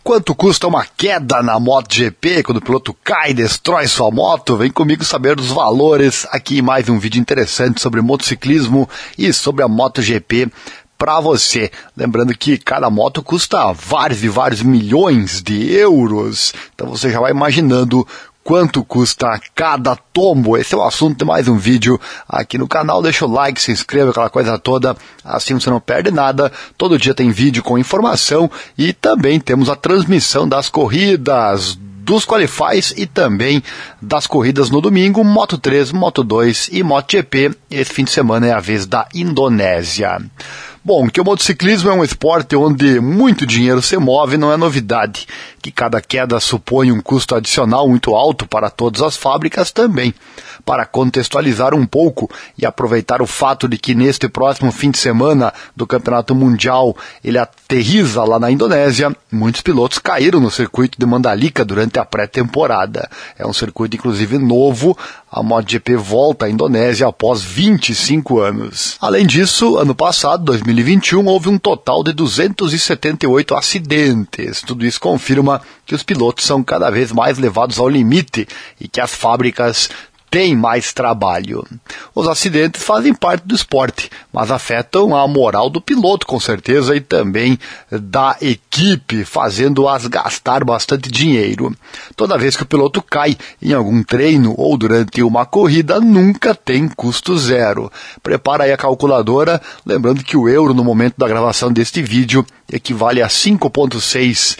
Quanto custa uma queda na MotoGP quando o piloto cai e destrói sua moto? Vem comigo saber dos valores aqui em mais um vídeo interessante sobre motociclismo e sobre a MotoGP para você. Lembrando que cada moto custa vários e vários milhões de euros, então você já vai imaginando quanto custa cada tombo. Esse é o assunto de mais um vídeo aqui no canal. Deixa o like, se inscreva, aquela coisa toda, assim você não perde nada. Todo dia tem vídeo com informação e também temos a transmissão das corridas, dos qualifies e também das corridas no domingo, Moto3, Moto2 e MotoGP. Esse fim de semana é a vez da Indonésia. Bom, que o motociclismo é um esporte onde muito dinheiro se move não é novidade. Que cada queda supõe um custo adicional muito alto para todas as fábricas também. Para contextualizar um pouco e aproveitar o fato de que neste próximo fim de semana do Campeonato Mundial ele aterriza lá na Indonésia, muitos pilotos caíram no circuito de Mandalika durante a pré-temporada. É um circuito inclusive novo, a MotoGP volta à Indonésia após 25 anos. Além disso, ano passado, 2021, houve um total de 278 acidentes. Tudo isso confirma que os pilotos são cada vez mais levados ao limite e que as fábricas tem mais trabalho. Os acidentes fazem parte do esporte, mas afetam a moral do piloto, com certeza, e também da equipe, fazendo-as gastar bastante dinheiro. Toda vez que o piloto cai em algum treino ou durante uma corrida, nunca tem custo zero. Prepara aí a calculadora, lembrando que o euro, no momento da gravação deste vídeo, equivale a 5,6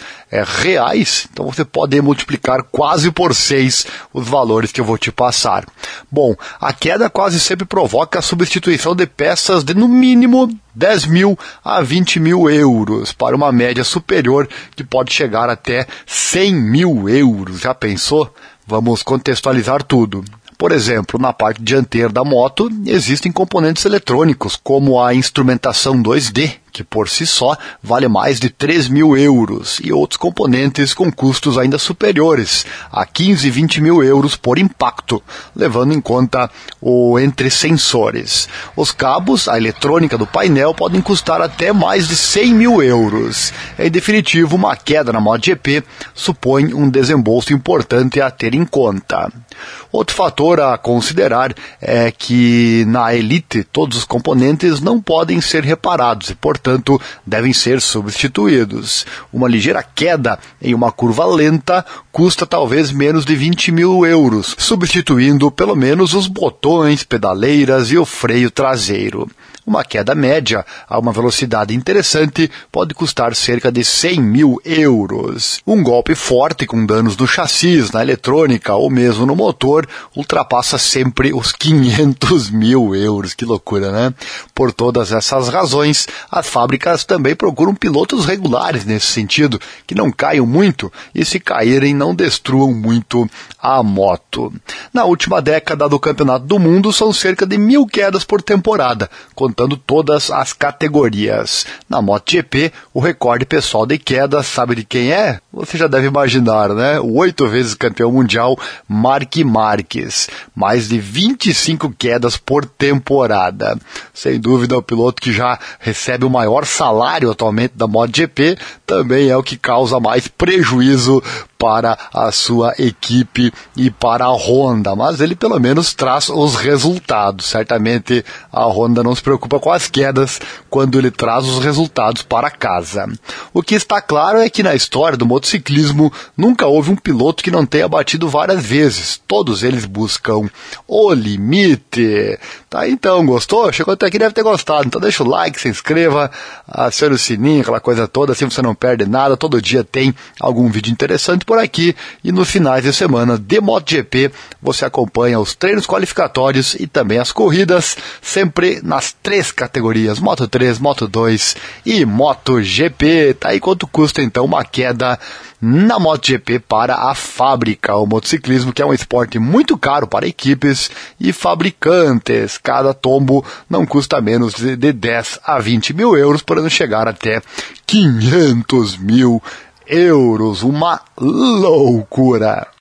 reais, então você pode multiplicar quase por 6 os valores que eu vou te passar. Bom, a queda quase sempre provoca a substituição de peças de no mínimo 10 mil a 20 mil euros, para uma média superior que pode chegar até 100 mil euros. Já pensou? Vamos contextualizar tudo. Por exemplo, na parte dianteira da moto existem componentes eletrônicos, como a instrumentação 2D, que por si só vale mais de 3 mil euros, e outros componentes com custos ainda superiores, a 15 e 20 mil euros por impacto, levando em conta o entre sensores. Os cabos, a eletrônica do painel podem custar até mais de 100 mil euros. Em definitivo, uma queda na MotoGP supõe um desembolso importante a ter em conta. Outro fator a considerar é que na Elite todos os componentes não podem ser reparados e, portanto, devem ser substituídos. Uma ligeira queda em uma curva lenta custa talvez menos de 20 mil euros, substituindo pelo menos os botões, pedaleiras e o freio traseiro. Uma queda média a uma velocidade interessante pode custar cerca de 100 mil euros. Um golpe forte com danos no chassi, na eletrônica ou mesmo no motor ultrapassa sempre os 500 mil euros. Que loucura, né? Por todas essas razões, as fábricas também procuram pilotos regulares nesse sentido, que não caiam muito e, se caírem, não destruam muito a moto. Na última década do Campeonato do Mundo, são cerca de 1.000 quedas por temporada, contando todas as categorias. Na MotoGP, o recorde pessoal de quedas, sabe de quem é? Você já deve imaginar, né? O 8 vezes campeão mundial, Marc Marquez. Mais de 25 quedas por temporada. Sem dúvida, o piloto que já recebe o maior salário atualmente da MotoGP também é o que causa mais prejuízo para a sua equipe e para a Honda, mas ele pelo menos traz os resultados. Certamente a Honda não se preocupa com as quedas quando ele traz os resultados para casa. O que está claro é que na história do motociclismo nunca houve um piloto que não tenha batido várias vezes. Todos eles buscam o limite. Tá, então, gostou? Chegou até aqui, deve ter gostado. Então deixa o like, se inscreva, acione o sininho, aquela coisa toda, assim você não perde nada. Todo dia tem algum vídeo interessante por aqui, e nos finais de semana de MotoGP você acompanha os treinos qualificatórios e também as corridas, sempre nas 3 categorias, Moto3, Moto2 e MotoGP. Tá aí quanto custa então uma queda na MotoGP para a fábrica. O motociclismo, que é um esporte muito caro para equipes e fabricantes. Cada tombo não custa menos de 10 a 20 mil euros, podendo chegar até 500 mil euros. Uma loucura!